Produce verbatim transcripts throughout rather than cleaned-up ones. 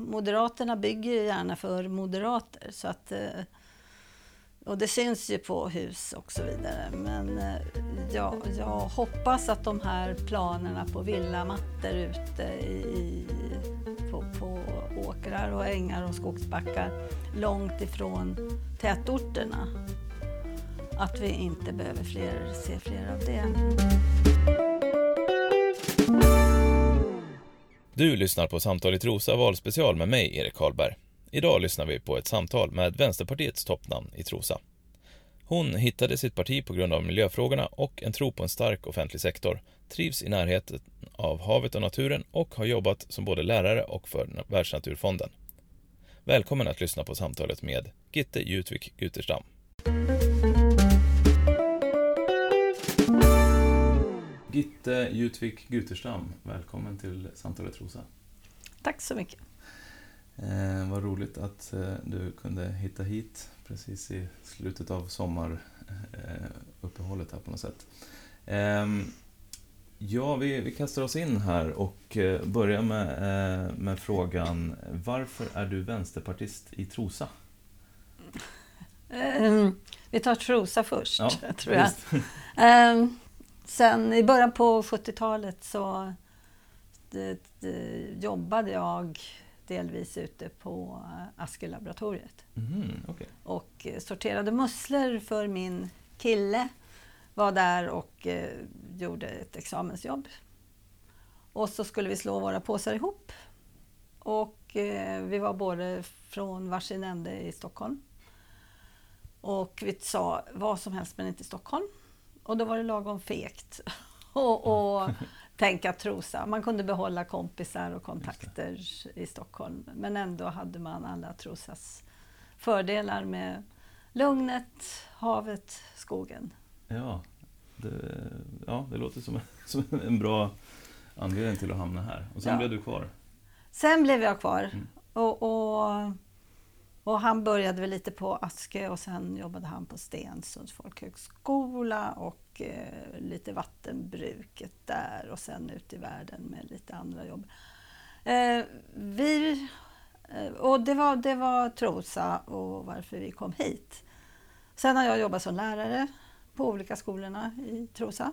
Moderaterna bygger ju gärna för moderater. Så att, och det syns ju på hus och så vidare. Men ja, jag hoppas att de här planerna på villamattor ute i, på, på åkrar och ängar och skogsbackar långt ifrån tätorterna. Att vi inte behöver fler, se fler av det. Du lyssnar på Samtal i Trosa valspecial med mig, Erik Karlberg. Idag lyssnar vi på ett samtal med Vänsterpartiets toppnamn i Trosa. Hon hittade sitt parti på grund av miljöfrågorna och en tro på en stark offentlig sektor, trivs i närheten av havet och naturen och har jobbat som både lärare och för Världsnaturfonden. Välkommen att lyssna på samtalet med Gitte Jutvik Guterstam. Gitte Jutvik Guterstam, välkommen till Samtalet Trosa. Tack så mycket. Eh, vad roligt att eh, du kunde hitta hit precis i slutet av sommaruppehållet eh, här på något sätt. Eh, ja, vi, vi kastar oss in här och eh, börjar med, eh, med frågan: varför är du vänsterpartist i Trosa? Eh, vi tar Trosa först, ja, tror jag. eh, sen i början på sjuttiotalet så det, det, jobbade jag delvis ute på Askellaboratoriet. Mm, okay. Och sorterade musslor för min kille. Var där och eh, gjorde ett examensjobb. Och så skulle vi slå våra påsar ihop. Och eh, vi var både från varsin ände i Stockholm. Och vi sa vad som helst men inte i Stockholm. Och då var det lagom fegt. och... och tänka Trosa. Man kunde behålla kompisar och kontakter i Stockholm. Men ändå hade man alla Trosas fördelar med lugnet, havet, skogen. Ja, det, ja, det låter som, som en bra anledning till att hamna här. Och sen ja. blev du kvar. Sen blev jag kvar. Mm. Och, och, och han började väl lite på Aske och sen jobbade han på Stensunds folkhögskola och eh, lite vattenbruket där och sen ut i världen med lite andra jobb. Eh, vi, eh, och det var, det var Trosa och varför vi kom hit. Sen har jag jobbat som lärare på olika skolorna i Trosa.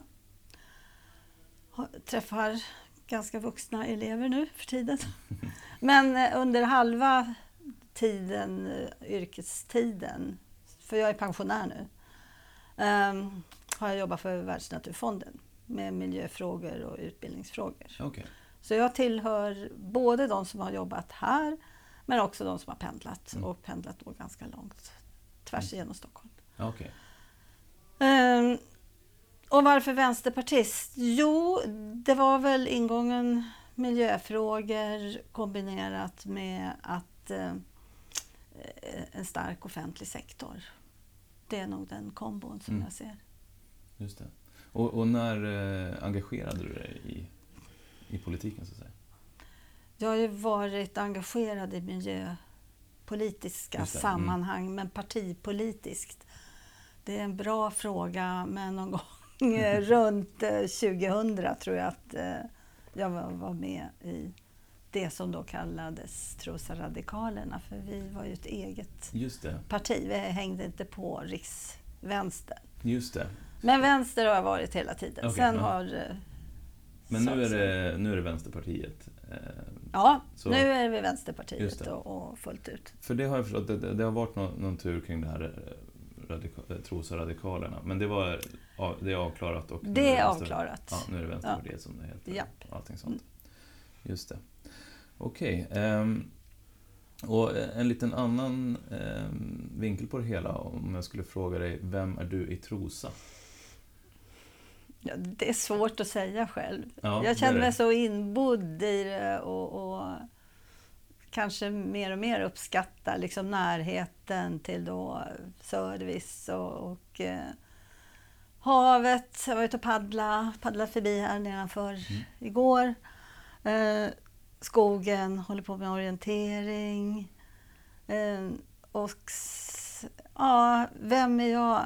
Träffar ganska vuxna elever nu för tiden. Men eh, under halva tiden, yrkestiden, för jag är pensionär nu, um, har jag jobbat för Världsnaturfonden med miljöfrågor och utbildningsfrågor. Okay. Så jag tillhör både de som har jobbat här men också de som har pendlat mm. och pendlat då ganska långt tvärs igenom Stockholm. Okay. Um, och varför vänsterpartist? Jo, det var väl ingången miljöfrågor kombinerat med att uh, en stark offentlig sektor. Det är nog den kombon som mm. jag ser. Just det. Och, och när eh, engagerade du dig i, i politiken så att säga? Jag har ju varit engagerad i miljöpolitiska sammanhang, mm. men partipolitiskt. Det är en bra fråga, men någon gång runt tjugohundra tror jag att eh, jag var, var med i det som då kallades Trosa radikalerna, för vi var ju ett eget Just det. parti. Vi hängde inte på riksvänster. Just det. Men vänster har jag varit hela tiden. Okay, Sen ja. har... Men nu är, det, nu är det Vänsterpartiet. Eh, ja, så, nu är vi Vänsterpartiet och, och fullt ut. För det har jag förstått, det, det har varit någon, någon tur kring det här radika, Trosa radikalerna. Men det, var, det är avklarat. Och det är, är avklarat. Ja, nu är det Vänsterpartiet ja. som det heter. Japp. Allting sånt. Just det. Okej. Okay, um, och en liten annan um, vinkel på det hela, om jag skulle fråga dig, vem är du i Trosa? Ja, det är svårt att säga själv. Ja, jag känner mig så inbodd i det och, och kanske mer och mer uppskattar liksom närheten till då service och, och eh, havet. Jag var ute och paddla, paddlade förbi här nedanför mm. igår. Eh, skogen, håller på med orientering. Eh, och ja, vem är jag?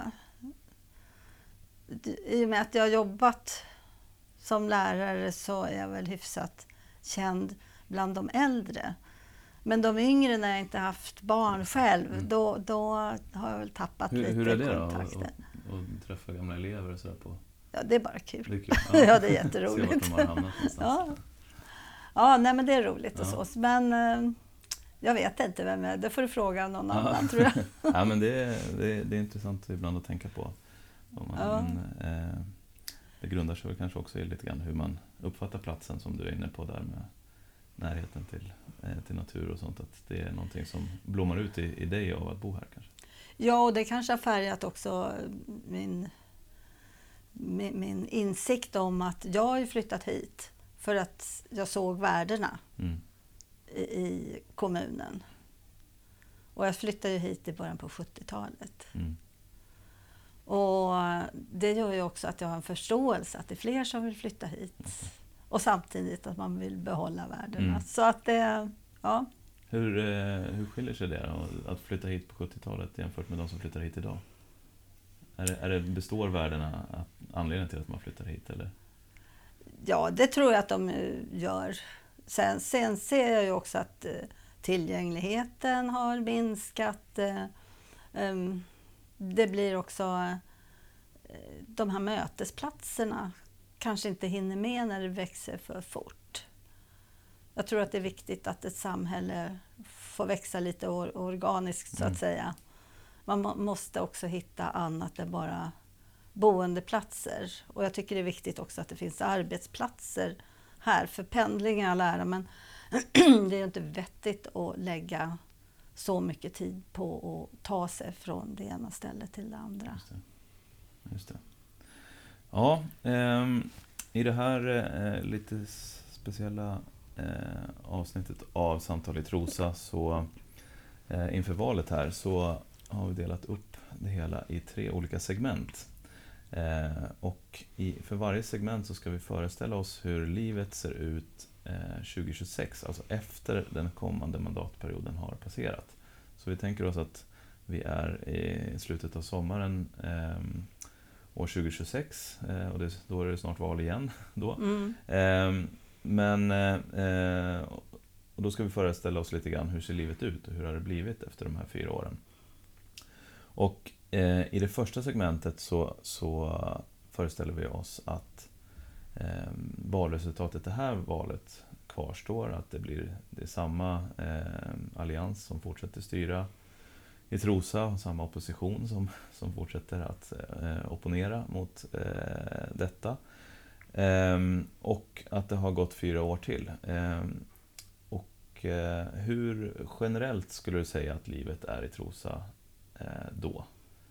I och med att jag har jobbat som lärare så är jag väl hyfsat känd bland de äldre. Men de yngre, när jag inte haft barn själv, Mm. då, då har jag väl tappat hur, lite hur är det då? kontakten. Att, att träffa gamla elever och sådär på? Ja, det är bara kul. Det är kul. Ja, ja, det är jätteroligt. Se vart de har hamnat någonstans. Ja, ja nej, men det är roligt Ja. och så. Men eh, jag vet inte vem är. Det får du fråga någon Ja. annan, tror jag. Ja, men det, är, det, är, det är intressant ibland att tänka på. Om man, Ja. men, eh, det grundar sig väl kanske också i lite grann hur man uppfattar platsen, som du är inne på där med närheten till, eh, till natur och sånt. Att det är någonting som blommar ut i, i dig av att bo här kanske. Ja, och det kanske har färgat också min, min, min insikt om att jag har ju flyttat hit för att jag såg värdena Mm. i, i kommunen. Och jag flyttade ju hit i början på sjuttiotalet. Mm. Och det gör ju också att jag har en förståelse att det är fler som vill flytta hit. Okay. Och samtidigt att man vill behålla värdena. Mm. Så att det, ja. Hur, eh, hur skiljer sig det då, att flytta hit på sjuttiotalet jämfört med de som flyttar hit idag? Är det, är det består värdena att, anledningen till att man flyttar hit? Eller? Ja, det tror jag att de gör. Sen, sen ser jag ju också att eh, tillgängligheten har minskat. Eh, um, det blir också eh, de här mötesplatserna kanske inte hinner med när det växer för fort. Jag tror att det är viktigt att ett samhälle får växa lite or- organiskt så Mm. att säga. Man må- måste också hitta annat än bara boendeplatser. Och jag tycker det är viktigt också att det finns arbetsplatser här för pendling i all ära, men det är ju inte vettigt att lägga så mycket tid på att ta sig från det ena stället till det andra. Just det. Just det. Ja, ehm, i det här eh, lite speciella eh, avsnittet av Samtal i Trosa, så eh, inför valet här, så har vi delat upp det hela i tre olika segment. Eh, och i, för varje segment så ska vi föreställa oss hur livet ser ut eh, tjugohundratjugosex, alltså efter den kommande mandatperioden har passerat. Så vi tänker oss att vi är i slutet av sommaren eh, år tjugohundratjugosex, eh, och det, då är det snart val igen. Då. Mm. Eh, men eh, och då ska vi föreställa oss lite grann hur ser livet ut och hur har det blivit efter de här fyra åren. Och eh, i det första segmentet så, så föreställer vi oss att eh, valresultatet det här valet kvarstår, att det blir det är samma eh, allians som fortsätter styra i Trosa och samma opposition som, som fortsätter att eh, opponera mot eh, detta. Eh, och att det har gått fyra år till. Eh, och eh, hur generellt skulle du säga att livet är i Trosa eh, då?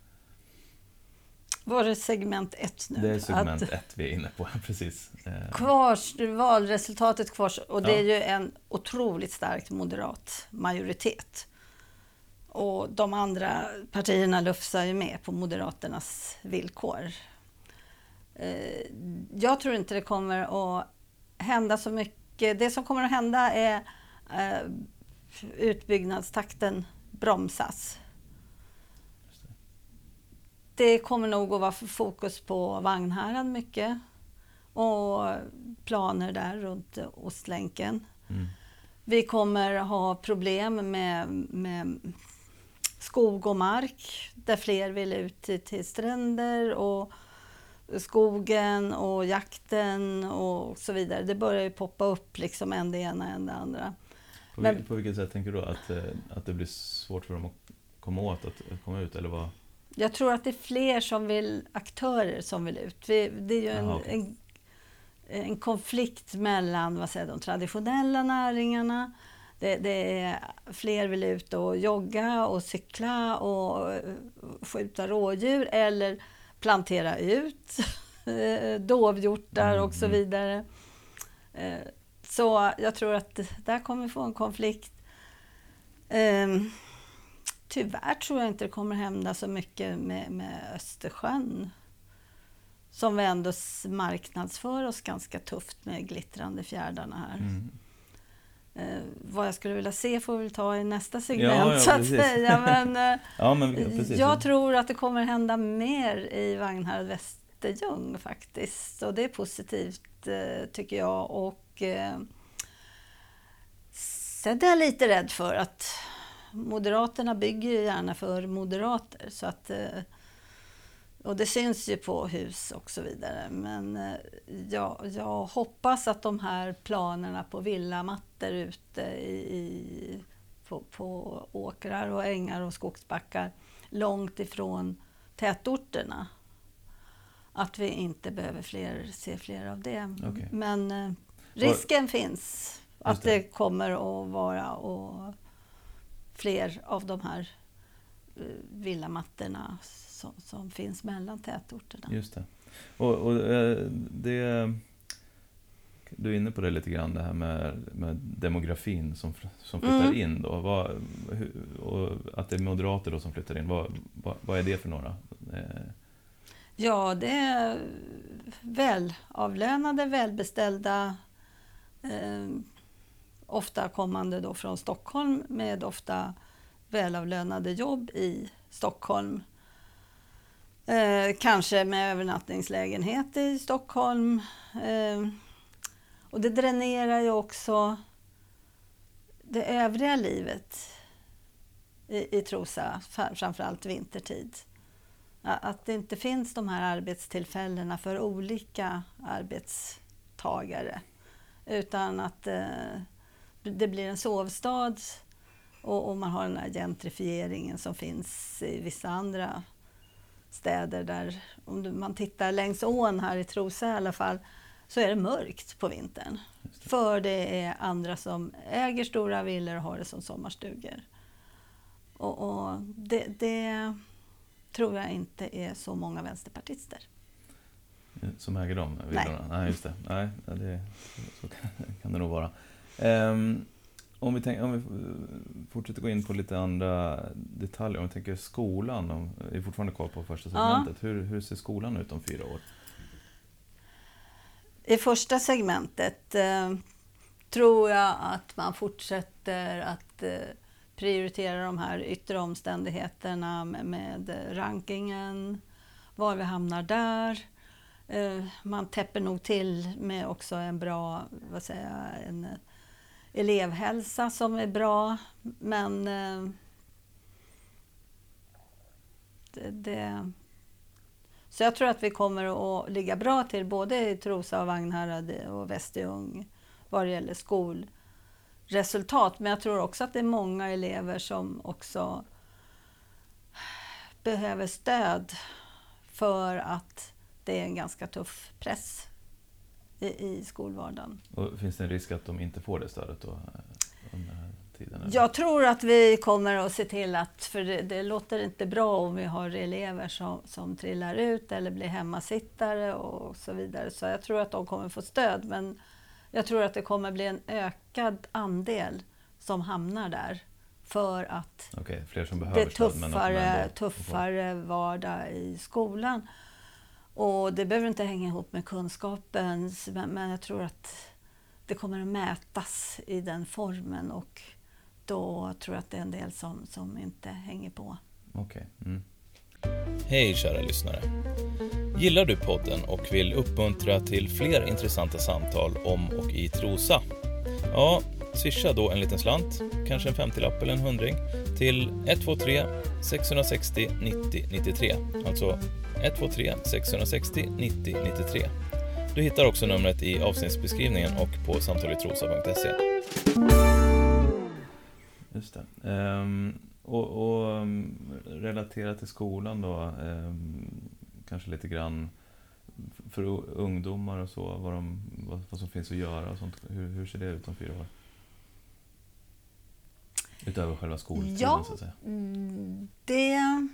Var det segment ett nu? Det är segment Att ett vi är inne på, precis. Eh, kvars, valresultatet kvarstår, och det Ja. är ju en otroligt stark moderat majoritet. Och de andra partierna lufsar ju med på Moderaternas villkor. Eh, Jag tror inte det kommer att hända så mycket. Det som kommer att hända är eh, utbyggnadstakten bromsas. just det. Det kommer nog att vara fokus på Vagnhärad mycket och planer där runt Ostlänken. Mm. Vi kommer ha problem med, med skog och mark där fler vill ut till, till stränder och skogen och jakten och så vidare. Det börjar ju poppa upp liksom en det ena än det andra. På, Men- vil- på vilket sätt tänker du då? Att, eh, att det blir svårt för dem att komma åt, att komma ut? Eller vad? Jag tror att det är fler som vill, aktörer som vill ut. Vi, det är ju en, Jaha, okej. en, en konflikt mellan vad säger, de traditionella näringarna. Det, det är, fler vill ut och jogga och cykla och eh, skjuta rådjur eller plantera ut eh, dovhjortar Mm, och så mm. vidare. Eh, Så jag tror att där kommer vi få en konflikt. Ehm, Tyvärr tror jag inte det kommer hända så mycket med, med Östersjön. Som vi ändå s- marknadsför oss ganska tufft med glittrande fjärdarna här. Mm. Eh, vad jag skulle vilja se får vi väl ta i nästa segment Ja, ja, så att precis. säga. Men, eh, Ja, men vi- precis. jag tror att det kommer hända mer i Vagnhärad Västerljung faktiskt. Och det är positivt eh, tycker jag. Och, eh, Vänstered är jag lite rädd för att Moderaterna bygger ju gärna för moderater. Så att, och det syns ju på hus och så vidare. Men jag, jag hoppas att de här planerna på villamattor ute i, i, på, på åkrar och ängar och skogsbackar långt ifrån tätorterna. Att vi inte behöver fler, se fler av det. Okay. Men eh, risken och, finns att det. det kommer att vara och fler av de här eh, villamattorna som, som finns mellan tätorterna. Just det. Och, och eh, det... Du är inne på det lite grann, det här med, med demografin som, som flyttar mm. in. Då. Vad, och att det är moderater då som flyttar in, vad, vad, vad är det för några? Eh, Ja, det är välavlönade, välbeställda, eh, ofta kommande då från Stockholm med ofta välavlönade jobb i Stockholm. Eh, kanske med övernattningslägenhet i Stockholm. Eh, och det dränerar ju också det övriga livet i, i Trosa, framförallt vintertid. Att det inte finns de här arbetstillfällena för olika arbetstagare. Utan att eh, det blir en sovstad och, och man har den här gentrifieringen som finns i vissa andra städer. Där, om man tittar längs ån här i Trosa i alla fall, så är det mörkt på vintern. Det. För det är andra som äger stora villor och har det som sommarstugor. Och, och det... det tror jag inte är så många vänsterpartister. Som äger dem? Nej. Nej, just det. Nej, det, så kan det nog vara. Um, om, vi tänk, om vi fortsätter gå in på lite andra detaljer. Om vi tänker skolan. Om, vi är fortfarande kvar på första segmentet. Ja. Hur, hur ser skolan ut om fyra år? I första segmentet eh, tror jag att man fortsätter att eh, prioritera de här yttre omständigheterna med, med rankingen, var vi hamnar där. Eh, man täpper nog till med också en bra, vad säger jag, en elevhälsa som är bra, men eh, det, det så jag tror att vi kommer att ligga bra till både i Trosa och Vagnhärad och Västerljung vad det gäller skolresultat. Men jag tror också att det är många elever som också behöver stöd för att det är en ganska tuff press i, i skolvardagen. Och finns det en risk att de inte får det stödet då? Tiden, jag tror att vi kommer att se till att, för det, det låter inte bra om vi har elever som, som trillar ut eller blir hemmasittare och så vidare. Så jag tror att de kommer få stöd, men jag tror att det kommer bli en ökad andel som hamnar där för att okay, fler som det behöver är tuffare, tuffare vardag i skolan. Och det behöver inte hänga ihop med kunskapen, men, men jag tror att det kommer att mätas i den formen och då tror jag att det är en del som, som inte hänger på. Okej. Okay. Mm. Hej kära lyssnare. Gillar du podden och vill uppmuntra till fler intressanta samtal om och i Trosa? Ja, swisha då en liten slant, kanske en femtiolapp eller en hundring, till ett två tre sex sex noll nittio nittiotre. Alltså ett två tre sex sex noll nittio nittiotre. Du hittar också numret i avsnittsbeskrivningen och på samtaletrosa punkt se. Just det. Um, och, och um, relaterat till skolan då, um, kanske lite grann för ungdomar och så, vad, de, vad, vad som finns att göra och sånt. Hur, hur ser det ut om fyra år? Utöver själva skoltiden, ja, så att säga. det...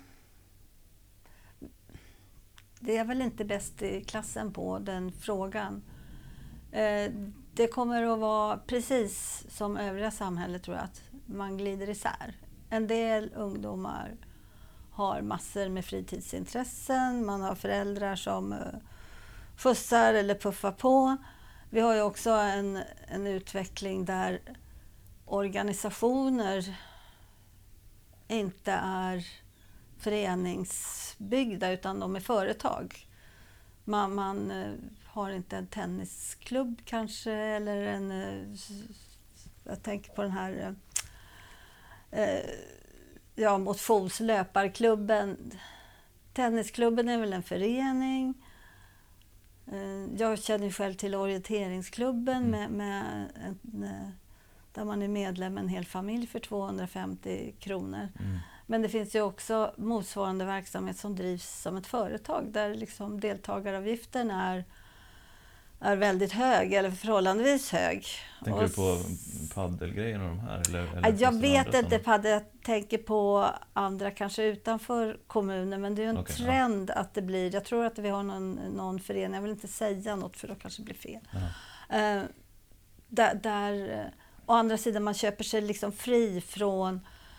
Det är väl inte bäst i klassen på den frågan. Eh, det kommer att vara precis som övriga samhället, tror jag, att man glider isär. En del ungdomar har massor med fritidsintressen, man har föräldrar som skjutsar eller puffar på. Vi har ju också en, en utveckling där organisationer inte är föreningsbyggda utan de är företag. Man, man har inte en tennisklubb kanske eller en jag tänker på den här eh, ja, motionslöparklubben. Tennisklubben är väl en förening. Eh, jag känner själv till orienteringsklubben mm. med, med en, där man är medlem en hel familj för tvåhundrafemtio kronor. Mm. Men det finns ju också motsvarande verksamhet som drivs som ett företag där liksom deltagaravgiften är, är väldigt hög eller förhållandevis hög. Tänker och du på paddelgrejen och de här? Eller, eller jag vet inte paddel, jag tänker på andra kanske utanför kommunen, men det är ju en okay, trend ja. Att det blir, jag tror att vi har någon, någon förening, jag vill inte säga något för då kanske det blir fel. Uh, där, där å andra sidan man köper sig liksom fri från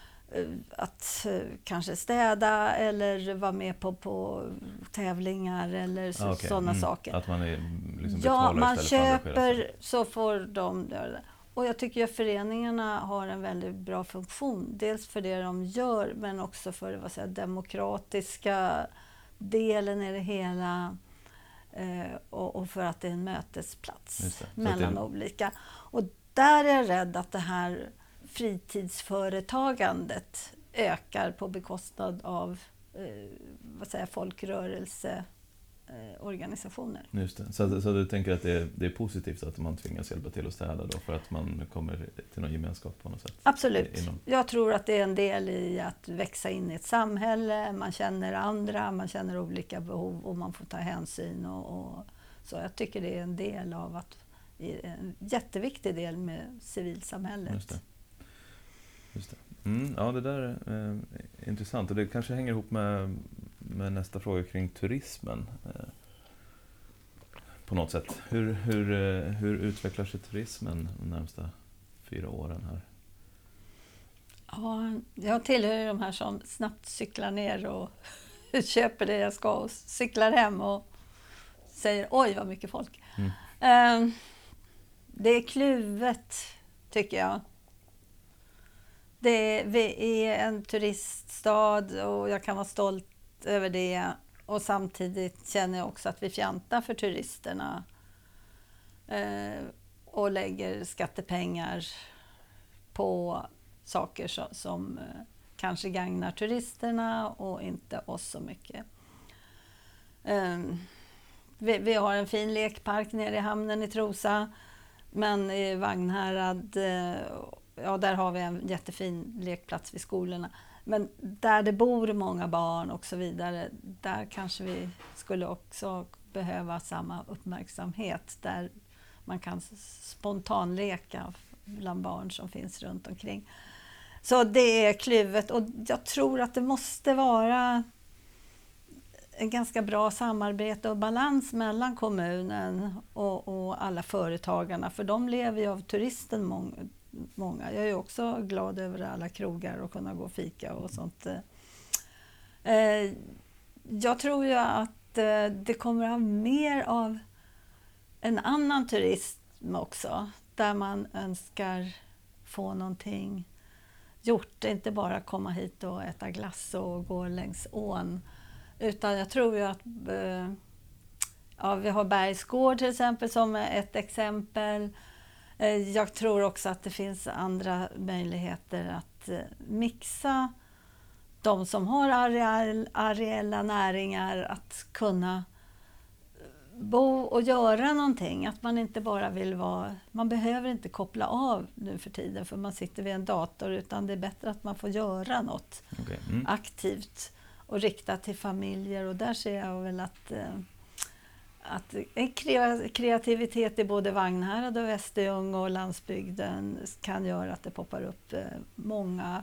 att uh, kanske städa eller vara med på, på tävlingar eller så, okay. sådana mm. saker. Att man är liksom ja, man köper så får de göra det. Och jag tycker att föreningarna har en väldigt bra funktion. Dels för det de gör men också för vad säger, demokratiska delen i det hela. Eh, och, och för att det är en mötesplats mellan det... olika. Och där är jag rädd att det här fritidsföretagandet ökar på bekostnad av eh, vad säger, folkrörelse eh, organisationer. Just det. Så, så du tänker att det är, det är positivt att man tvingas hjälpa till att städa då för att man kommer till någon gemenskap på något sätt? Absolut. Inom... Jag tror att det är en del i att växa in i ett samhälle, man känner andra, man känner olika behov och man får ta hänsyn och, och så. Jag tycker det är en del av att en jätteviktig del med civilsamhället. Just det. Just det. Mm, ja, det där är eh, intressant och det kanske hänger ihop med, med nästa fråga kring turismen eh, på något sätt. Hur, hur, eh, hur utvecklar sig turismen de närmsta fyra åren här? Ja, jag tillhör de här som snabbt cyklar ner och köper det jag ska och cyklar hem och säger oj vad mycket folk. Mm. Eh, det är kluvet tycker jag. Det är, vi är en turiststad och jag kan vara stolt över det. Och samtidigt känner jag också att vi fjantar för turisterna. Eh, och lägger skattepengar på saker som, som eh, kanske gagnar turisterna och inte oss så mycket. Eh, vi, vi har en fin lekpark nere i hamnen i Trosa. Men i Vagnhärad... Eh, Ja, där har vi en jättefin lekplats vid skolorna. Men där det bor många barn och så vidare, där kanske vi skulle också behöva samma uppmärksamhet. Där man kan spontanleka bland barn som finns runt omkring. Så det är kluvet och jag tror att det måste vara en ganska bra samarbete och balans mellan kommunen och, och alla företagarna. För de lever ju av turisten många. Många. Jag är också glad över alla krogar och kunna gå och fika och sånt. Eh, jag tror ju att eh, det kommer att ha mer av en annan turism också. Där man önskar få någonting gjort. Inte bara komma hit och äta glass och gå längs ån. Utan jag tror ju att eh, ja, vi har Bergsgård till exempel som ett exempel. Jag tror också att det finns andra möjligheter att mixa de som har areal, areella näringar att kunna bo och göra någonting. Att man inte bara vill vara... Man behöver inte koppla av nu för tiden för man sitter vid en dator utan det är bättre att man får göra något okay. mm. aktivt och riktat till familjer. Och där ser jag väl att... Att en kreativitet i både Vagnhärad och Västerljung och landsbygden kan göra att det poppar upp många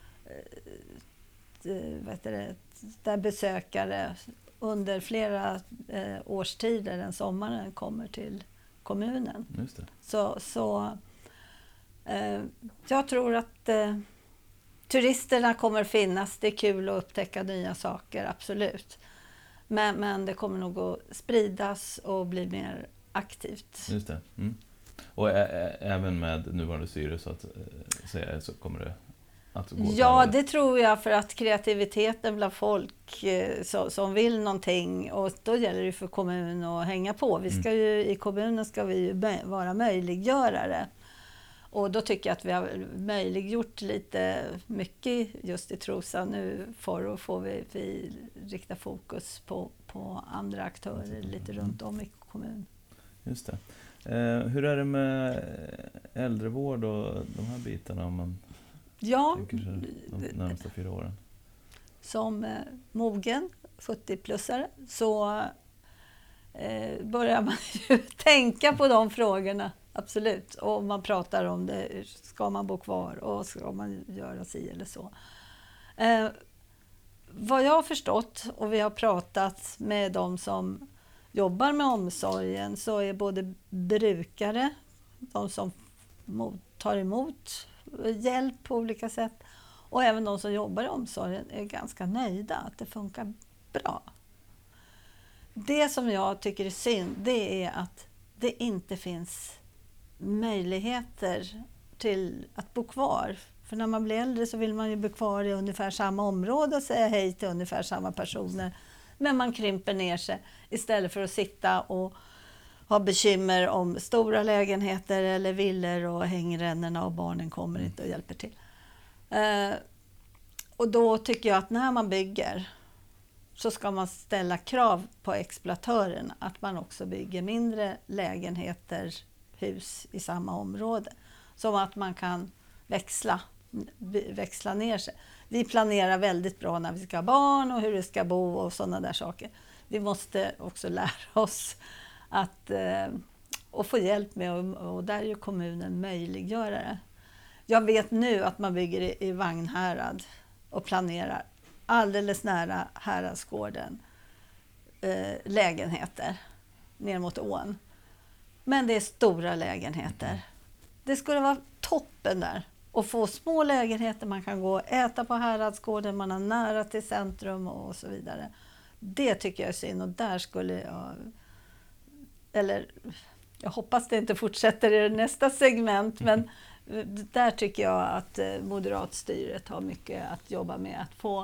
vet det, där besökare under flera årstider än sommaren kommer till kommunen. Just det. Så, så eh, jag tror att eh, turisterna kommer finnas. Det är kul att upptäcka nya saker, absolut. Men, men det kommer nog att spridas och bli mer aktivt. Just det. Mm. Och ä- ä- även med nuvarande styre så att säga så kommer det att gå. Ja, det tror jag för att kreativiteten bland folk eh, så, som vill någonting och då gäller det för kommunen att hänga på. Vi ska ju, mm. I kommunen ska vi ju vara möjliggörare. Och då tycker jag att vi har möjliggjort lite mycket just i Trosa. Nu får, får vi, vi rikta fokus på, på andra aktörer lite runt om i kommunen. Just det. Eh, hur är det med äldrevård och de här bitarna om man ja, tänker sig de närmaste fyra åren? Som eh, mogen sjuttio-plussare så eh, börjar man ju tänka på de frågorna. Absolut. Och man pratar om det. Ska man bo kvar och ska man göra si eller så? Eh, vad jag har förstått och vi har pratat med de som jobbar med omsorgen så är både brukare, de som tar emot hjälp på olika sätt och även de som jobbar i omsorgen är ganska nöjda att det funkar bra. Det som jag tycker är synd det är att det inte finns möjligheter till att bo kvar. För när man blir äldre så vill man ju bo kvar i ungefär samma område och säga hej till ungefär samma personer. Men man krymper ner sig istället för att sitta och ha bekymmer om stora lägenheter eller villor och hängrännorna och barnen kommer inte och hjälper till. Eh, och då tycker jag att när man bygger så ska man ställa krav på exploatören att man också bygger mindre lägenheter, hus i samma område. Som att man kan växla, växla ner sig. Vi planerar väldigt bra när vi ska ha barn och hur vi ska bo och sådana där saker. Vi måste också lära oss att eh, och få hjälp med och, och där är ju kommunen möjliggörare. Jag vet nu att man bygger i, i Vagnhärad och planerar alldeles nära Häradsgården eh, lägenheter ner mot ån. Men det är stora lägenheter. Det skulle vara toppen där. Och få små lägenheter, man kan gå och äta på Häradsgården, man har nära till centrum och så vidare. Det tycker jag är synd och där skulle jag... Eller jag hoppas det inte fortsätter i nästa segment, men där tycker jag att moderatstyret har mycket att jobba med. Att få...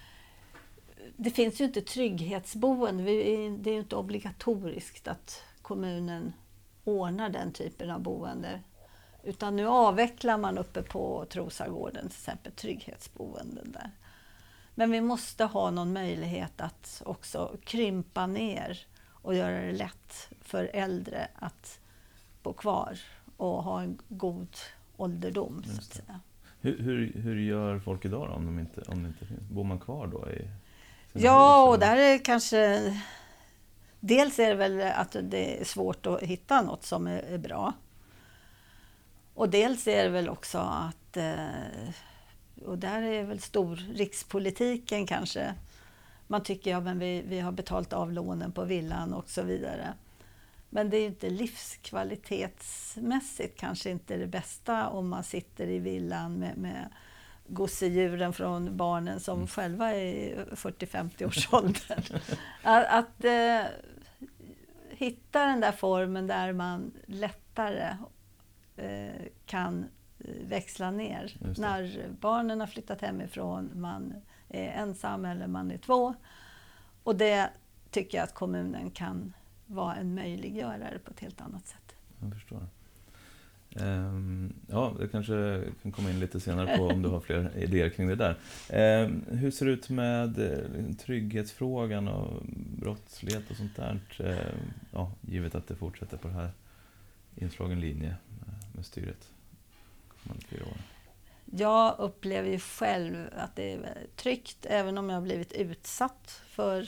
Det finns ju inte trygghetsboende, det är ju inte obligatoriskt att kommunen ordnar den typen av boende. Utan nu avvecklar man uppe på Trosagården till exempel trygghetsboenden där. Men vi måste ha någon möjlighet att också krympa ner och göra det lätt för äldre att bo kvar och ha en god ålderdom. Så att säga. Hur, hur, hur gör folk idag då, om de inte, om det inte finns? Bor man kvar då? I ja, hus, och där är kanske... Dels är det väl att det är svårt att hitta något som är, är bra. Och dels är det väl också att, och där är väl stor rikspolitiken kanske, man tycker ja men vi, vi har betalt av lånen på villan och så vidare. Men det är inte livskvalitetsmässigt kanske inte det bästa om man sitter i villan med, med gosedjuren från barnen som mm. själva är i fyrtio till femtio års åldern. Att, att eh, hitta den där formen där man lättare kan växla ner när barnen har flyttat hemifrån, man är ensam eller man är två. Och det tycker jag att kommunen kan vara en möjliggörare på ett helt annat sätt. Jag förstår. Um, ja, det kanske kan komma in lite senare på om du har fler idéer kring det där. Um, hur ser det ut med uh, trygghetsfrågan och brottslighet och sånt där? Uh, ja, givet att det fortsätter på det här inslagen linje med styret kommande fyra år. Jag upplever ju själv att det är tryggt även om jag har blivit utsatt för,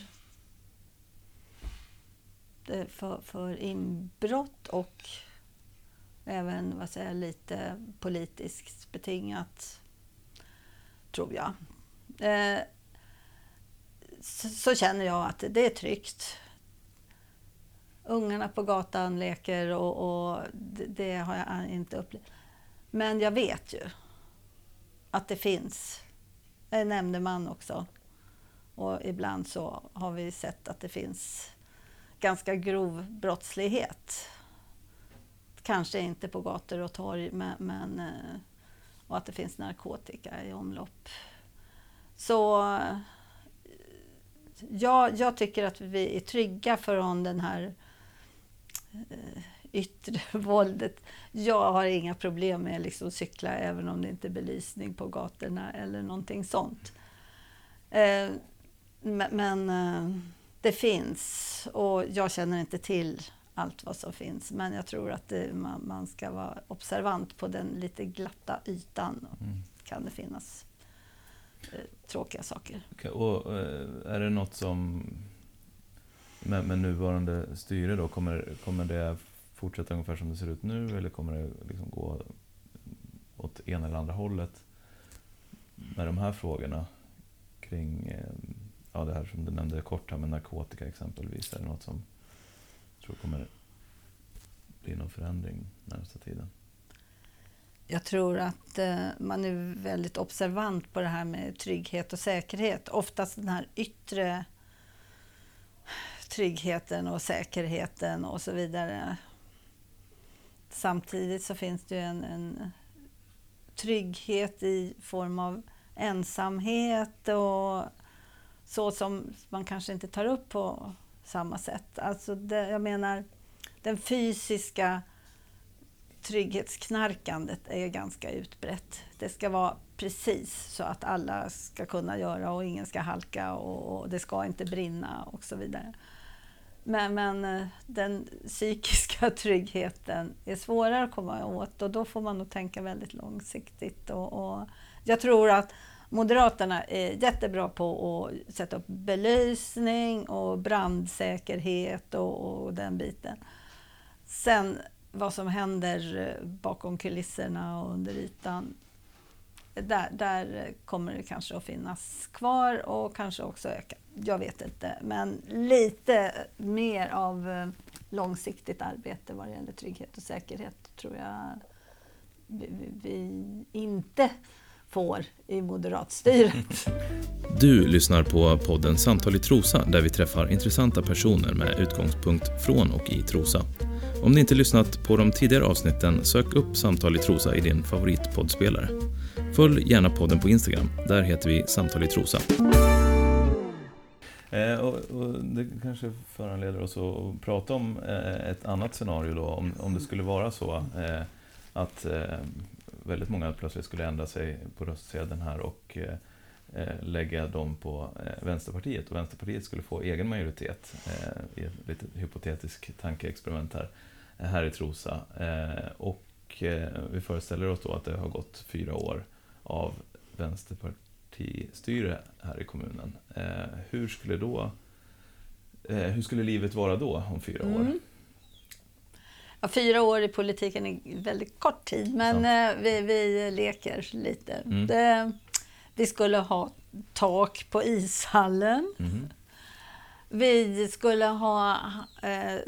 för, för inbrott och även vad säger, lite politiskt betingat, tror jag. Eh, så, så känner jag att det är tryggt. Ungarna på gatan leker och, och det, det har jag inte upplevt. Men jag vet ju att det finns en nämndeman också. Och ibland så har vi sett att det finns ganska grov brottslighet. Kanske inte på gator och torg, men, men och att det finns narkotika i omlopp. Så ja, jag tycker att vi är trygga från den här yttre våldet. Jag har inga problem med att liksom cykla även om det inte är belysning på gatorna eller någonting sånt. Eh, men eh, det finns och jag känner inte till allt vad som finns. Men jag tror att det, man, man ska vara observant på den lite glatta ytan. Mm. Kan det finnas eh, tråkiga saker. Okay, och eh, är det något som med, med nuvarande styre då, kommer, kommer det fortsätta ungefär som det ser ut nu eller kommer det liksom gå åt ena eller andra hållet med de här frågorna kring eh, ja, det här som du nämnde kort här med narkotika exempelvis? Är det något som jag tror kommer bli någon förändring närmsta tiden? Jag tror att eh, man är väldigt observant på det här med trygghet och säkerhet. Oftast den här yttre tryggheten och säkerheten och så vidare. Samtidigt så finns det ju en, en trygghet i form av ensamhet och så som man kanske inte tar upp på samma sätt. Alltså det, jag menar, den fysiska trygghetsknarkandet är ganska utbrett. Det ska vara precis så att alla ska kunna göra och ingen ska halka och, och det ska inte brinna och så vidare. Men, men den psykiska tryggheten är svårare att komma åt och då får man nog tänka väldigt långsiktigt. Och, och jag tror att Moderaterna är jättebra på att sätta upp belysning och brandsäkerhet och, och den biten. Sen vad som händer bakom kulisserna och under ytan, där, där kommer det kanske att finnas kvar och kanske också öka. Jag vet inte, men lite mer av långsiktigt arbete vad det gäller trygghet och säkerhet tror jag vi, vi inte får i moderatstyret. Du lyssnar på podden Samtal i Trosa där vi träffar intressanta personer med utgångspunkt från och i Trosa. Om ni inte lyssnat på de tidigare avsnitten, sök upp Samtal i Trosa i din favoritpoddspelare. Följ gärna podden på Instagram, där heter vi Samtal i Trosa. Eh, och, och det kanske föranleder oss att prata om eh, ett annat scenario då, om, om det skulle vara så eh, att eh, väldigt många plötsligt skulle ändra sig på röstsedeln här och eh, lägga dem på eh, Vänsterpartiet och Vänsterpartiet skulle få egen majoritet eh, i ett lite hypotetiskt tankeexperiment här, här i Trosa. Eh, och eh, vi föreställer oss då att det har gått fyra år av vänsterpartistyre här i kommunen. Eh, hur skulle då eh, hur skulle livet vara då om fyra år? Mm. Ja, fyra år i politiken är väldigt kort tid, men eh, vi, vi leker lite. Mm. Det, vi skulle ha tak på ishallen. Mm. Vi skulle ha eh,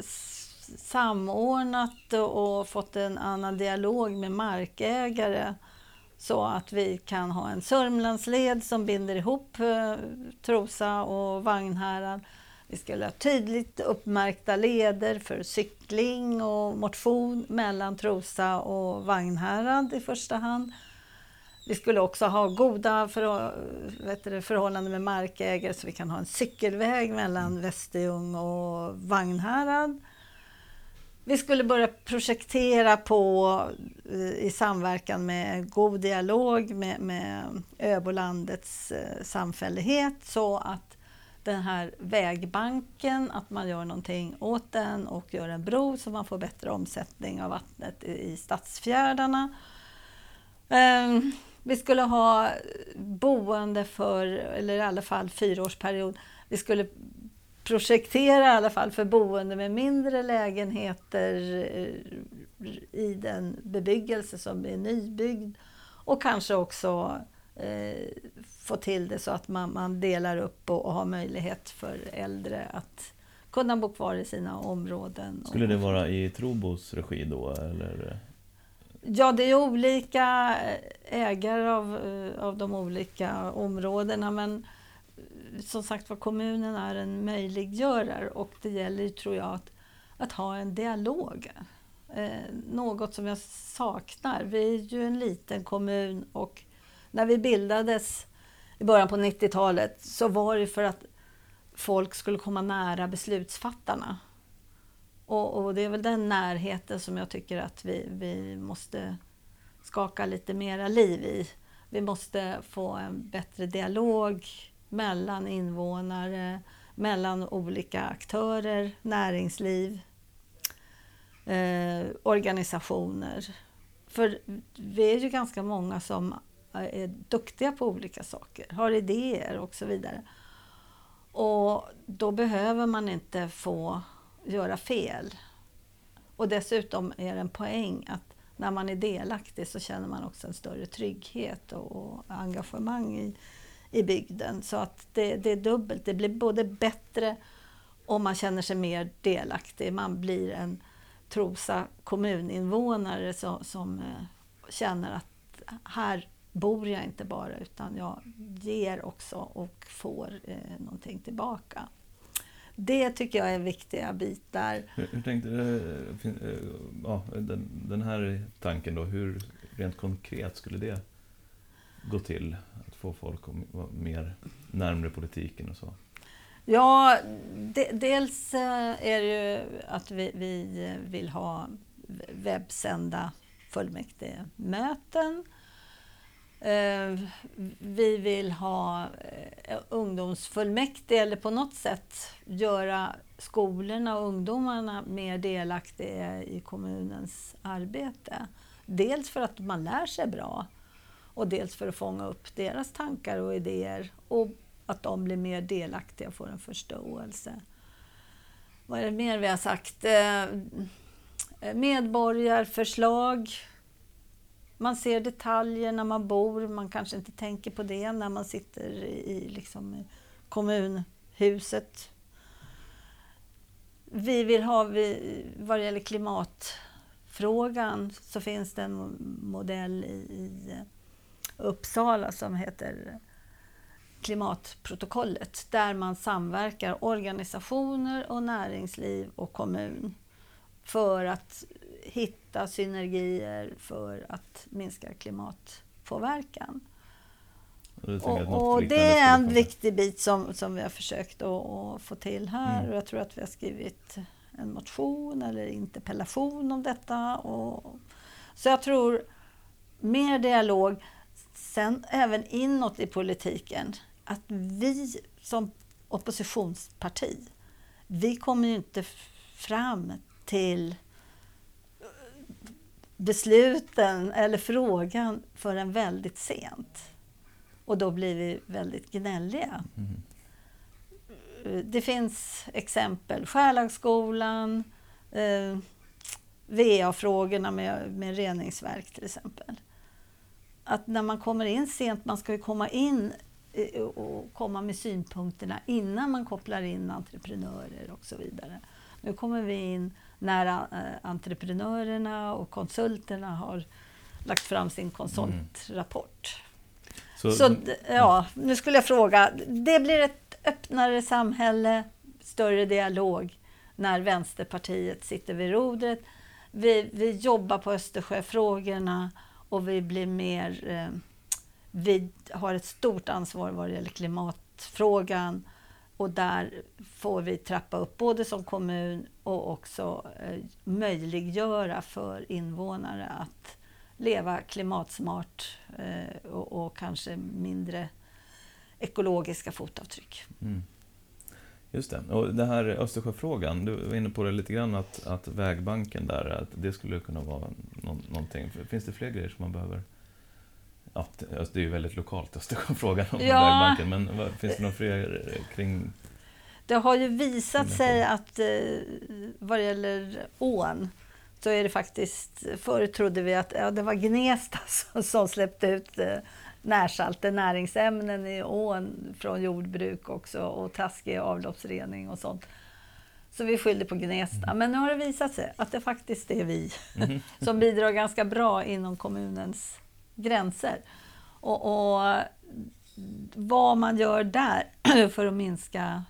samordnat och fått en annan dialog med markägare så att vi kan ha en Sörmlandsled som binder ihop eh, Trosa och Vagnhärad. Vi skulle ha tydligt uppmärkta leder för cykling och motion mellan Trosa och Vagnhärad i första hand. Vi skulle också ha goda för, vet du, förhållanden med markägare så vi kan ha en cykelväg mellan Västerljung och Vagnhärad. Vi skulle börja projektera på i samverkan med god dialog med, med Öbolandets samfällighet så att den här vägbanken, att man gör någonting åt den och gör en bro så man får bättre omsättning av vattnet i stadsfjärdarna. Um, vi skulle ha boende för, eller i alla fall fyraårsperiod, vi skulle projektera i alla fall för boende med mindre lägenheter i den bebyggelse som är nybyggd och kanske också eh, få till det så att man, man delar upp och, och har möjlighet för äldre att kunna bo kvar i sina områden. Skulle det vara i Trobos regi då? Eller? Ja, det är olika ägare av, av de olika områdena, men som sagt var kommunen är en möjliggörare och det gäller tror jag att, att ha en dialog. Eh, något som jag saknar. Vi är ju en liten kommun och när vi bildades i början på nittiotalet så var det för att folk skulle komma nära beslutsfattarna. Och, och det är väl den närheten som jag tycker att vi, vi måste skaka lite mera liv i. Vi måste få en bättre dialog mellan invånare, mellan olika aktörer, näringsliv, eh, organisationer. För vi är ju ganska många som är duktiga på olika saker, har idéer och så vidare. Och då behöver man inte få göra fel. Och dessutom är det en poäng att när man är delaktig så känner man också en större trygghet och, och engagemang i, i bygden. Så att det, det är dubbelt. Det blir både bättre om man känner sig mer delaktig. Man blir en Trosa kommuninvånare som, som eh, känner att här bor jag inte bara utan jag ger också och får eh, någonting tillbaka. Det tycker jag är viktiga bitar. Hur, hur tänkte du, ja, den, den här tanken då, hur rent konkret skulle det gå till att få folk att vara mer närmare politiken och så? Ja, de, dels är det ju att vi, vi vill ha webbsända fullmäktigemöten. Vi vill ha ungdomsfullmäktige eller på något sätt göra skolorna och ungdomarna mer delaktiga i kommunens arbete. Dels för att man lär sig bra och dels för att fånga upp deras tankar och idéer och att de blir mer delaktiga och får en förståelse. Vad är det mer vi har sagt? Medborgarförslag. Man ser detaljer när man bor, man kanske inte tänker på det när man sitter i, liksom, i kommunhuset. Vi vill ha, vi, vad det gäller klimatfrågan så finns det en modell i, i Uppsala som heter klimatprotokollet där man samverkar organisationer och näringsliv och kommun för att hitta synergier för att minska klimatpåverkan. Och, och det är en viktig bit som, som vi har försökt att, att få till här. Mm. Och jag tror att vi har skrivit en motion eller interpellation om detta. Och, så jag tror mer dialog. Sen även inåt i politiken. Att vi som oppositionsparti, vi kommer ju inte fram till besluten eller frågan förrän väldigt sent. Och då blir vi väldigt gnälliga. Mm. Det finns exempel. Skärlagsskolan, eh, V A-frågorna med, med reningsverk till exempel. Att när man kommer in sent, man ska ju komma in och komma med synpunkterna innan man kopplar in entreprenörer och så vidare. Nu kommer vi in när äh, entreprenörerna och konsulterna har lagt fram sin konsultrapport. Mm. Så, Så ja, nu skulle jag fråga, det blir ett öppnare samhälle, större dialog när Vänsterpartiet sitter vid rodret. Vi, vi jobbar på Östersjöfrågorna och vi blir mer, eh, vi har ett stort ansvar vad det gäller klimatfrågan. Och där får vi trappa upp både som kommun och också eh, möjliggöra för invånare att leva klimatsmart eh, och, och kanske mindre ekologiska fotavtryck. Mm. Just det. Och det här Östersjöfrågan, du var inne på det lite grann att, att vägbanken där, att det skulle kunna vara någon, någonting. Finns det fler grejer som man behöver? Ja, det är ju väldigt lokalt Östersjöfrågan om ja. vägbanken, men vad, finns det några fler kring? Det har ju visat sig att eh, vad det gäller ån så är det faktiskt, förut trodde vi att ja, det var Gnesta som, som släppte ut eh, närsalter, näringsämnen i ån från jordbruk också och taskig avloppsrening och sånt. Så vi skyllde på Gnesta. Mm. Men nu har det visat sig att det faktiskt är vi mm. som bidrar ganska bra inom kommunens gränser. Och, och vad man gör där för att minska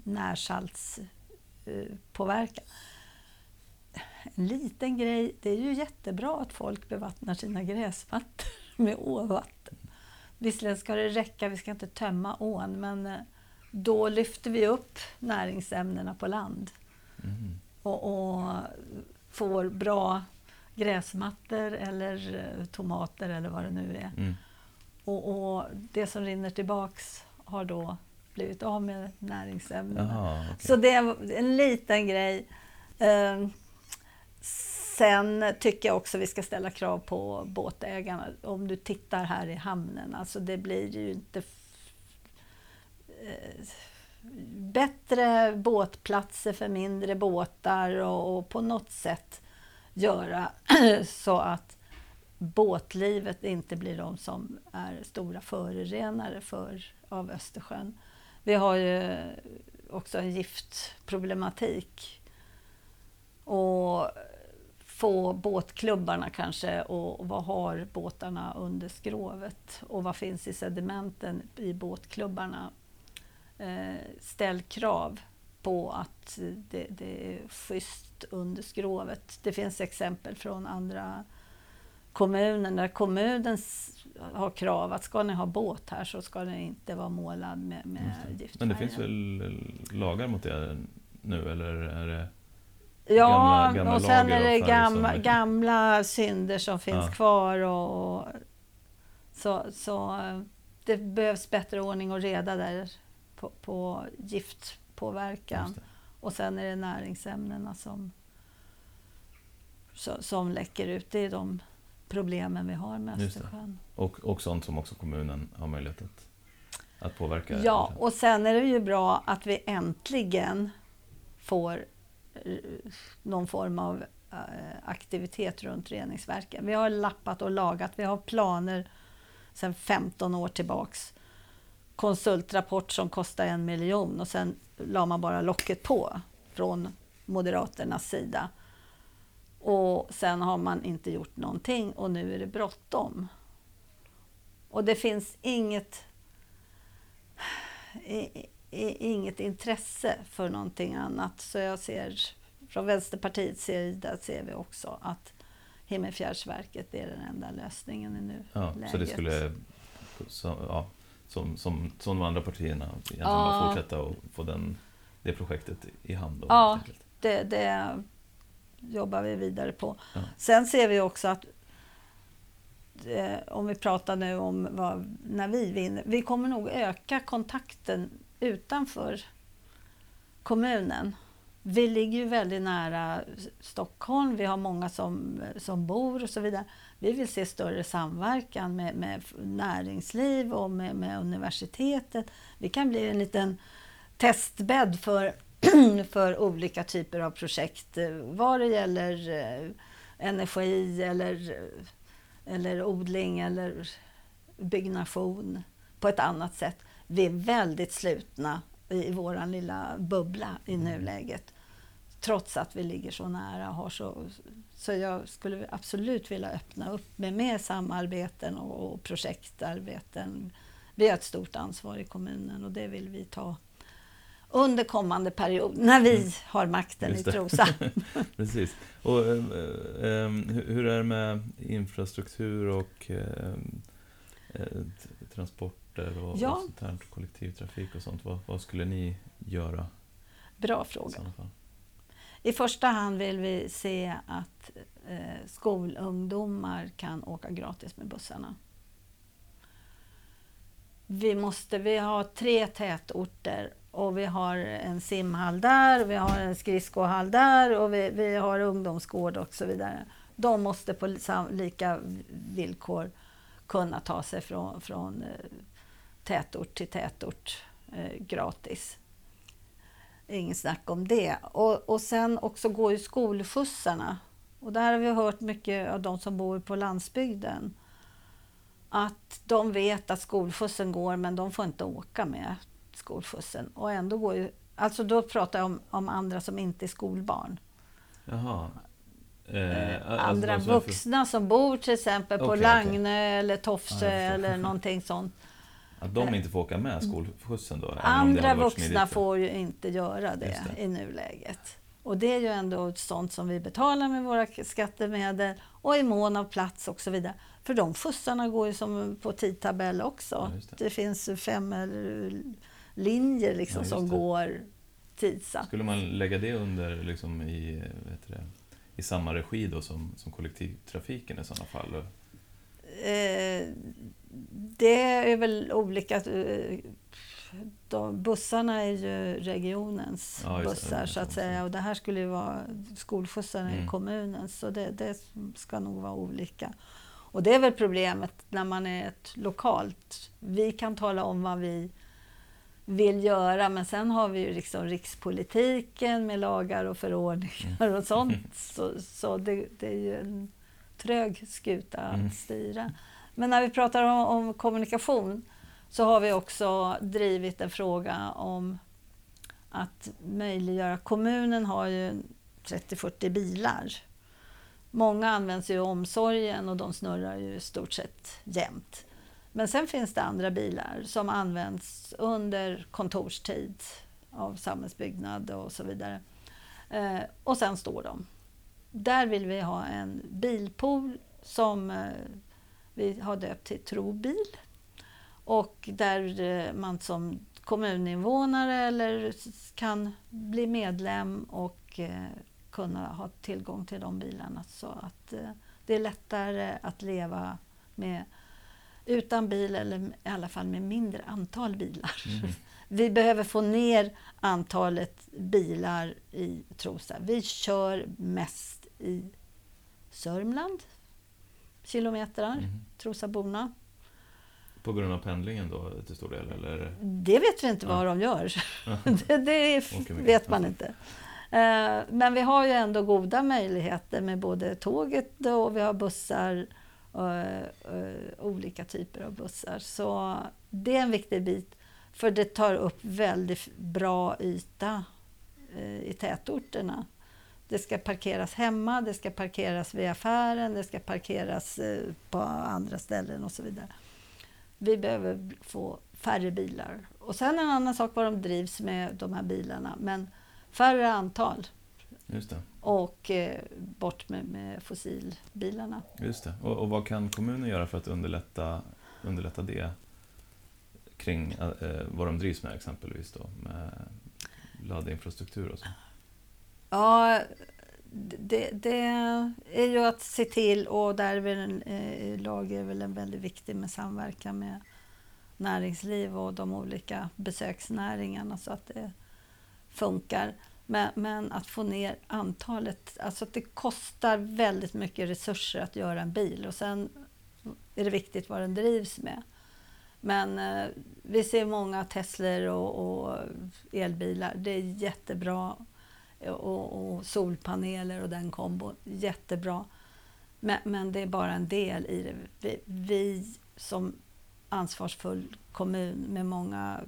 närsaltspåverkan. En liten grej, det är ju jättebra att folk bevattnar sina gräsmattor med åvatten. Visserligen ska det räcka, vi ska inte tömma ån, men då lyfter vi upp näringsämnena på land. Mm. och, och får bra gräsmattor eller tomater eller vad det nu är. Mm. Och, och det som rinner tillbaks har då blivit av med näringsämnen. Jaha, okay. Så det är en liten grej. Eh, sen tycker jag också vi ska ställa krav på båtägarna. Om du tittar här i hamnen, alltså det blir ju inte f- eh, bättre båtplatser för mindre båtar och, och på något sätt göra så att båtlivet inte blir de som är stora förorenare för, av Östersjön. Vi har ju också en giftproblematik. Och få båtklubbarna kanske, och, och vad har båtarna under skrovet? Och vad finns i sedimenten i båtklubbarna? Eh, ställ krav på att det, det är schysst under skrovet. Det finns exempel från andra kommunen där kommunen har krav att ska ni ha båt här så ska den inte vara målad med, med giftfärger. Men det finns väl lagar mot det nu, eller är det ja, gamla, gamla och sen lagar är det och gamla, som... gamla synder som finns ja. kvar och, och så, så det behövs bättre ordning och reda där på, på giftpåverkan. Och sen är det näringsämnena som, så, som läcker ut. Det är de problemen vi har med Östersjön. Och, och sånt som också kommunen har möjlighet att, att påverka. Ja, och sen är det ju bra att vi äntligen får någon form av aktivitet runt reningsverken. Vi har lappat och lagat, vi har planer sedan femton år tillbaks. Konsultrapport som kostar en miljon och sen la man bara locket på från Moderaternas sida. Och sen har man inte gjort någonting och nu är det bråttom. Och det finns inget inget intresse för någonting annat. Så jag ser, från Vänsterpartiets sida ser vi också att Himmelfjärdsverket är den enda lösningen i nu. Ja, läget. Så det skulle, så, ja, som, som, som de andra partierna egentligen ja. bara fortsätta och få den, det projektet i hand då? Ja, det, det jobbar vi vidare på. Ja. Sen ser vi också att om vi pratar nu om vad, när vi vinner, vi kommer nog öka kontakten utanför kommunen. Vi ligger ju väldigt nära Stockholm, vi har många som, som bor och så vidare. Vi vill se större samverkan med, med näringsliv och med, med universitetet. Vi kan bli en liten testbädd för, för olika typer av projekt. Vad det gäller energi eller eller odling eller byggnation på ett annat sätt. Vi är väldigt slutna i våran lilla bubbla i nuläget. Trots att vi ligger så nära. Har så, så jag skulle absolut vilja öppna upp med mer samarbeten och, och projektarbeten. Vi har ett stort ansvar i kommunen och det vill vi ta under kommande period, när vi mm. har makten i Trosa. Precis. Och, eh, eh, hur är det med infrastruktur och eh, eh, transporter och, ja. och sånt här, kollektivtrafik och sånt? Vad, vad skulle ni göra? Bra fråga. I första hand vill vi se att eh, skolungdomar kan åka gratis med bussarna. Vi måste, vi har tre tätorter och vi har en simhall där, vi har en skridskohall där och vi, vi har ungdomsgård och så vidare. De måste på lika villkor kunna ta sig från, från tätort till tätort eh, gratis. Ingen snack om det. Och, och sen också går ju skolskjutsarna. Och där har vi hört mycket av de som bor på landsbygden. Att de vet att skolskjutsen går men de får inte åka med skolskjutsen. Och ändå går ju, alltså då pratar jag om, om andra som inte är skolbarn. Jaha. Eh, alltså andra som vuxna för... som bor till exempel på okay, Lagnö okay. eller Tofsö ah, eller någonting sånt. Att de inte får åka med skolskjutsen då? Andra vuxna får ju inte göra det, det i nuläget. Och det är ju ändå sånt som vi betalar med våra skattemedel och i mån av plats och så vidare. För de skjutsarna går ju som på tidtabell också. Ja, det. det finns fem linjer liksom ja, som går tidsatt. Skulle man lägga det under liksom i, vet det, i samma regi då som, som kollektivtrafiken i sådana fall? Eh, det är väl olika. De, bussarna är ju regionens ja, bussar det, så att säga. Och det här skulle ju vara skolskjutsarna mm. i kommunen. Så det, det ska nog vara olika. Och det är väl problemet när man är ett lokalt. Vi kan tala om vad vi vill göra, men sen har vi ju liksom rikspolitiken med lagar och förordningar och sånt. Så, så det, det är ju en trög skuta att mm. styra. Men när vi pratar om, om kommunikation så har vi också drivit en fråga om att möjliggöra. Kommunen har ju trettio till fyrtio bilar. Många används ju i omsorgen och de snurrar ju i stort sett jämt. Men sen finns det andra bilar som används under kontorstid av samhällsbyggnad och så vidare. Eh, och sen står de. Där vill vi ha en bilpool som eh, vi har döpt till Trobil. Och där eh, man som kommuninvånare eller kan bli medlem och eh, kunna ha tillgång till de bilarna. Så att eh, det är lättare att leva med utan bil eller i alla fall med mindre antal bilar. Mm. Vi behöver få ner antalet bilar i Trosa. Vi kör mest i Sörmland, kilometrar, mm. Trosaborna. På grund av pendlingen då till stor del? Eller? Det vet vi inte ja. vad de gör. det det vet man inte. Men vi har ju ändå goda möjligheter med både tåget och vi har bussar. Och, och, olika typer av bussar. Så det är en viktig bit för det tar upp väldigt bra yta eh, i tätorterna. Det ska parkeras hemma, det ska parkeras vid affären, det ska parkeras eh, på andra ställen och så vidare. Vi behöver få färre bilar. Och sen en annan sak vad de drivs med de här bilarna, men färre antal. Just det. Och eh, bort med, med fossilbilarna. Just det. Och, och vad kan kommunen göra för att underlätta, underlätta det kring eh, vad de drivs med exempelvis då, med laddinfrastruktur och så? Ja, det, det är ju att se till, och där är väl en, eh, lag är väl en väldigt viktig med samverkan med näringsliv och de olika besöksnäringarna så att det funkar. Men, men att få ner antalet, alltså att det kostar väldigt mycket resurser att göra en bil och sen är det viktigt vad den drivs med. Men eh, vi ser många Teslor och, och elbilar, det är jättebra och, och solpaneler och den kombon, jättebra. Men, men det är bara en del i det. Vi, vi som ansvarsfull kommun med många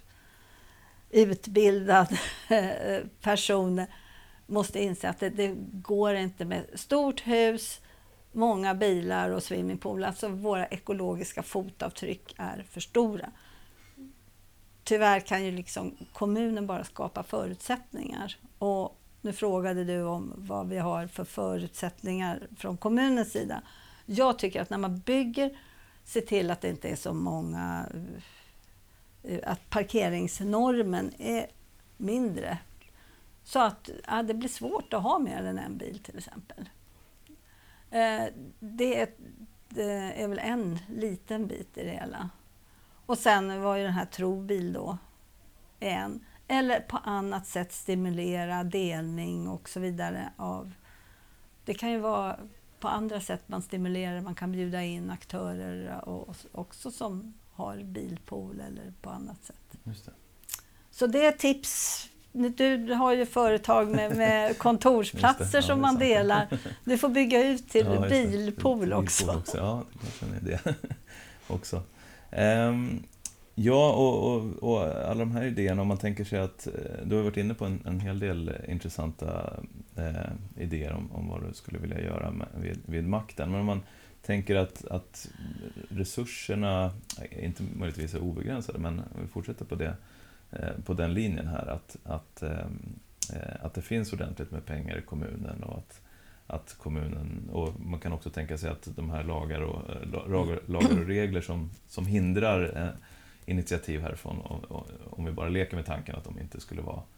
utbildade personer måste inse att det, det går inte med stort hus, många bilar och swimmingpool. Alltså våra ekologiska fotavtryck är för stora. Tyvärr kan ju liksom kommunen bara skapa förutsättningar. Och nu frågade du om vad vi har för förutsättningar från kommunens sida. Jag tycker att när man bygger, se till att det inte är så många, att parkeringsnormen är mindre. Så att ja, det blir svårt att ha mer än en bil till exempel. Eh, det, är, det är väl en liten bit i det hela. Och sen var ju den här Trobil då en. Eller på annat sätt stimulera delning och så vidare. Av, det kan ju vara på andra sätt man stimulerar. Man kan bjuda in aktörer och, och också som har bilpool eller på annat sätt. Just det. Så det är tips. Du har ju företag med, med kontorsplatser ja, som man delar. Du får bygga ut till ja, bilpool också. Bilpool också. Ja, det kanske är det också. Um, ja, och, och, och alla de här idéerna, om man tänker sig att du har varit inne på en, en hel del intressanta eh, idéer om, om vad du skulle vilja göra med, vid, vid makten. Men om man tänker att, att resurserna inte möjligtvis är obegränsade, men om vi fortsätter på det, på den linjen här, att, att, att det finns ordentligt med pengar i kommunen och att, att kommunen, och man kan också tänka sig att de här lagar och, lagar, lagar och regler som, som hindrar initiativ härifrån, och, och, om vi bara leker med tanken att de inte skulle vara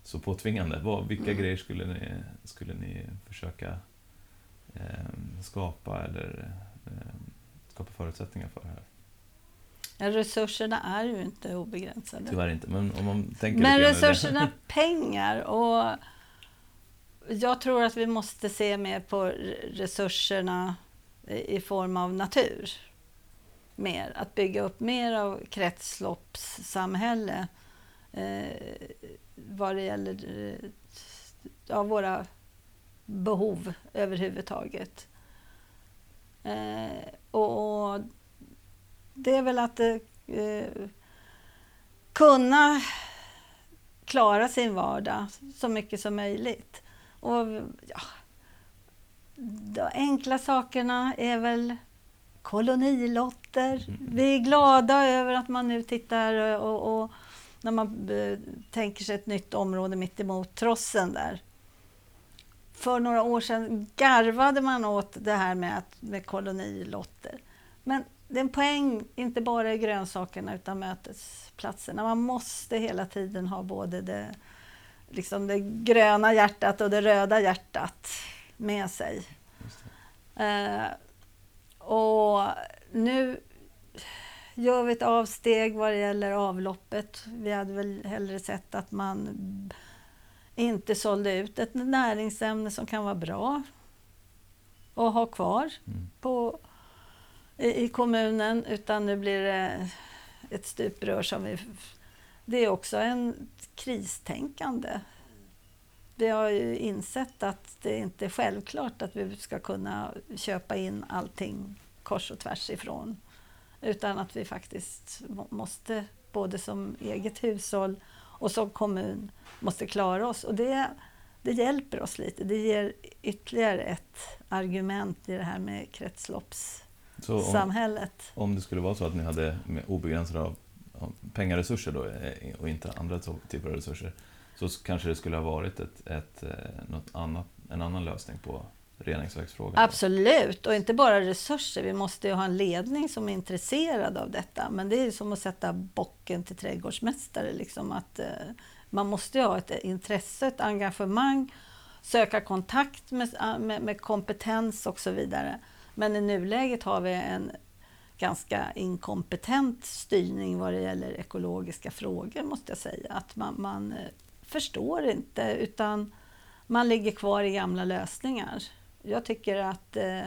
så påtvingande. Vad, vilka mm. grejer skulle ni, skulle ni försöka eh, skapa eller eh, skapa förutsättningar för här? Ja, resurserna är ju inte obegränsade. Tyvärr inte, men om man tänker Men resurserna är pengar, och jag tror att vi måste se mer på resurserna i form av natur. Mer, att bygga upp mer av kretsloppssamhälle eh, vad det gäller ja, våra behov överhuvudtaget. Eh, och, och det är väl att eh, kunna klara sin vardag så mycket som möjligt. Och ja, de enkla sakerna är väl kolonilotter. Mm. Vi är glada över att man nu tittar och, och när man eh, tänker sig ett nytt område mitt emot Trossen där. För några år sedan garvade man åt det här med, att, med kolonilotter. Men det är en poäng, inte bara i grönsakerna utan mötesplatserna. Man måste hela tiden ha både det, liksom det gröna hjärtat och det röda hjärtat med sig. Eh, och nu gör vi ett avsteg vad det gäller avloppet. Vi hade väl hellre sett att man inte sålde ut ett näringsämne som kan vara bra och ha kvar mm. på, i, i kommunen, utan nu blir det ett stuprör som vi... Det är också en kristänkande. Vi har ju insett att det inte är självklart att vi ska kunna köpa in allting kors och tvärs ifrån. Utan att vi faktiskt måste, både som eget hushåll och som kommun, måste klara oss. Och det, det hjälper oss lite. Det ger ytterligare ett argument i det här med kretsloppssamhället. Om, om det skulle vara så att ni hade med obegränsade av, av pengaresurser då, och inte andra typer av resurser, så kanske det skulle ha varit ett, ett, något annat, en annan lösning på reningsverksfrågan. Absolut, och inte bara resurser. Vi måste ju ha en ledning som är intresserad av detta. Men det är som att sätta bocken till trädgårdsmästare. Liksom att, eh, man måste ju ha ett intresse, ett engagemang, söka kontakt med, med, med kompetens och så vidare. Men i nuläget har vi en ganska inkompetent styrning vad det gäller ekologiska frågor, måste jag säga. Att man, man eh, förstår inte, utan man ligger kvar i gamla lösningar. Jag tycker att eh,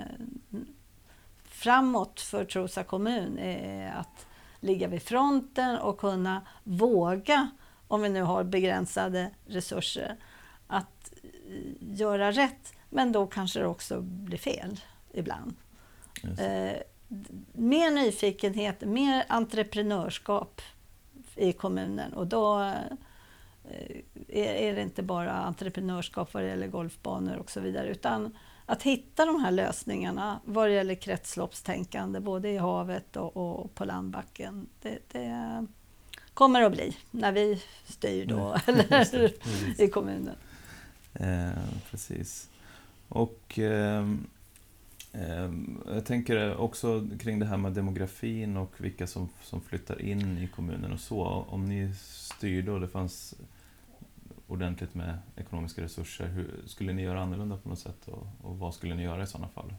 framåt för Trosa kommun är att ligga vid fronten och kunna våga, om vi nu har begränsade resurser, att eh, göra rätt. Men då kanske det också blir fel ibland. Eh, mer nyfikenhet, mer entreprenörskap i kommunen, och då eh, är det inte bara entreprenörskap vad det gäller golfbanor och så vidare, utan att hitta de här lösningarna vad det gäller kretsloppstänkande både i havet och, och på landbacken. Det, det kommer att bli när vi styr då, eller i kommunen. Eh, precis. Och eh, eh, jag tänker också kring det här med demografin och vilka som, som flyttar in i kommunen och så. Om ni styrde och det fanns ordentligt med ekonomiska resurser, hur skulle ni göra annorlunda på något sätt, och, och vad skulle ni göra i sådana fall?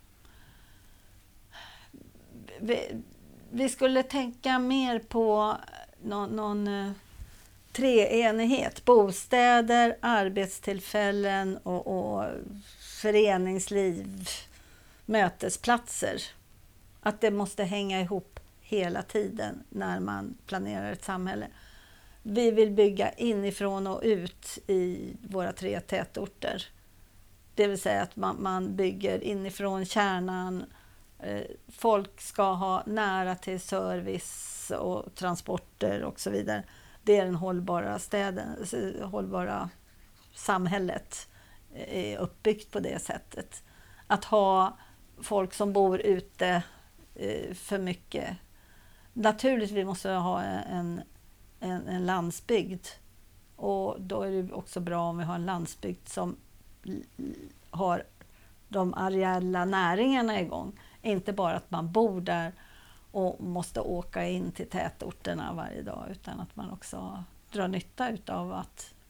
Vi, vi skulle tänka mer på någon, någon uh, treenighet, bostäder, arbetstillfällen och, och föreningsliv, mötesplatser. Att det måste hänga ihop hela tiden när man planerar ett samhälle. Vi vill bygga inifrån och ut i våra tre tätorter. Det vill säga att man, man bygger inifrån kärnan. Eh, folk ska ha nära till service och transporter och så vidare. Det är den hållbara städen, hållbara samhället är uppbyggt på det sättet. Att ha folk som bor ute eh, för mycket. Naturligtvis måste vi ha en En, en landsbygd, och då är det också bra om vi har en landsbygd som har de areella näringarna igång. Inte bara att man bor där och måste åka in till tätorterna varje dag, utan att man också drar nytta av att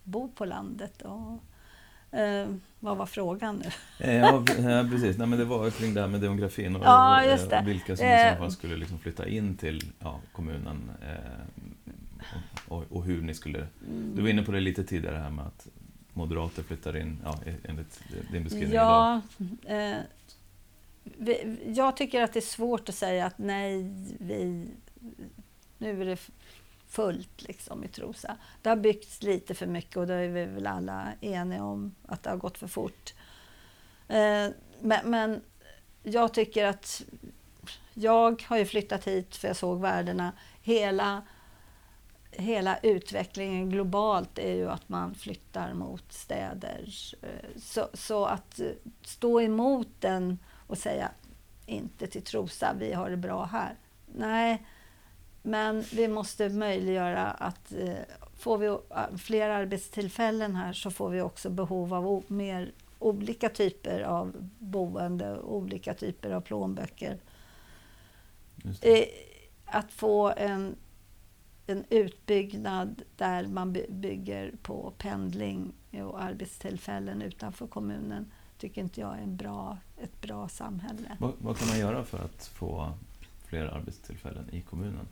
bo på landet. Och, eh, vad var frågan nu? Ja, ja precis. Nej, men det var kring det här med demografin och, ja, just det. och vilka som i så fall skulle liksom flytta in till ja, kommunen eh, och, och hur ni skulle... Du var inne på det lite tidigare här med att moderater flyttar in, ja, enligt din beskrivning ja, idag. Eh, vi, jag tycker att det är svårt att säga att nej, vi, nu är det fullt liksom i Trosa. Det har byggts lite för mycket och då är vi väl alla eniga om att det har gått för fort. Eh, men, men jag tycker att jag har ju flyttat hit för jag såg värdena. Hela, hela utvecklingen globalt är ju att man flyttar mot städer. Så, så att stå emot den och säga inte till Trosa, vi har det bra här. Nej, men vi måste möjliggöra att eh, får vi fler arbetstillfällen här så får vi också behov av o- mer olika typer av boende, olika typer av plånböcker. Just det. Eh, att få en, en utbyggnad där man by- bygger på pendling och arbetstillfällen utanför kommunen tycker inte jag är en bra, ett bra samhälle. Vad, vad kan man göra för att få fler arbetstillfällen i kommunen?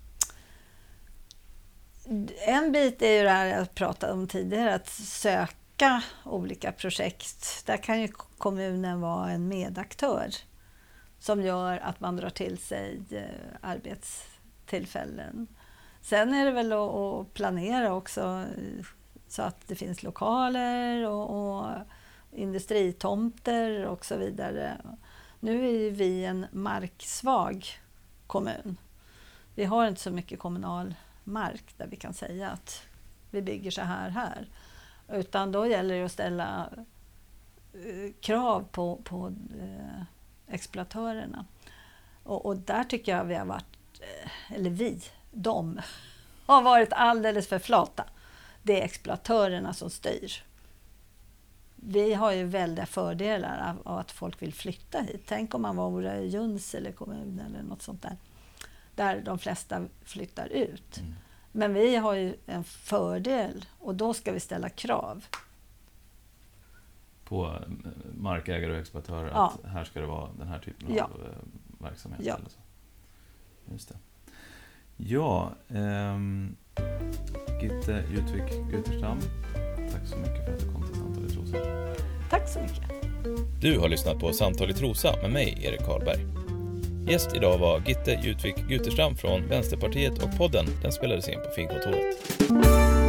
En bit är ju det här jag pratade om tidigare, att söka olika projekt. Där kan ju kommunen vara en medaktör som gör att man drar till sig arbetstillfällen. Sen är det väl att planera också så att det finns lokaler och, och industritomter och så vidare. Nu är ju vi en marksvag kommun. Vi har inte så mycket kommunal mark där vi kan säga att vi bygger så här här. Utan då gäller det att ställa eh, krav på, på eh, exploatörerna. Och, och där tycker jag vi har varit, eh, eller vi, de, har varit alldeles för flata. Det är exploatörerna som styr. Vi har ju väldiga fördelar av, av att folk vill flytta hit. Tänk om man vore i Junsele kommun eller något sånt där. Där de flesta flyttar ut. Mm. Men vi har ju en fördel och då ska vi ställa krav. På markägare och exploatörer ja. Att här ska det vara den här typen ja. av verksamhet? Ja. Eller så. Just det. Ja, ehm, Gitte Jutvik Guterstam, tack så mycket för att du kom till Samtal i Trosa. Tack så mycket. Du har lyssnat på Samtal i Trosa med mig, Erik Karlberg. Gäst idag var Gitte Jutvik Guterstam från Vänsterpartiet och podden, den spelades in på Finkontoret.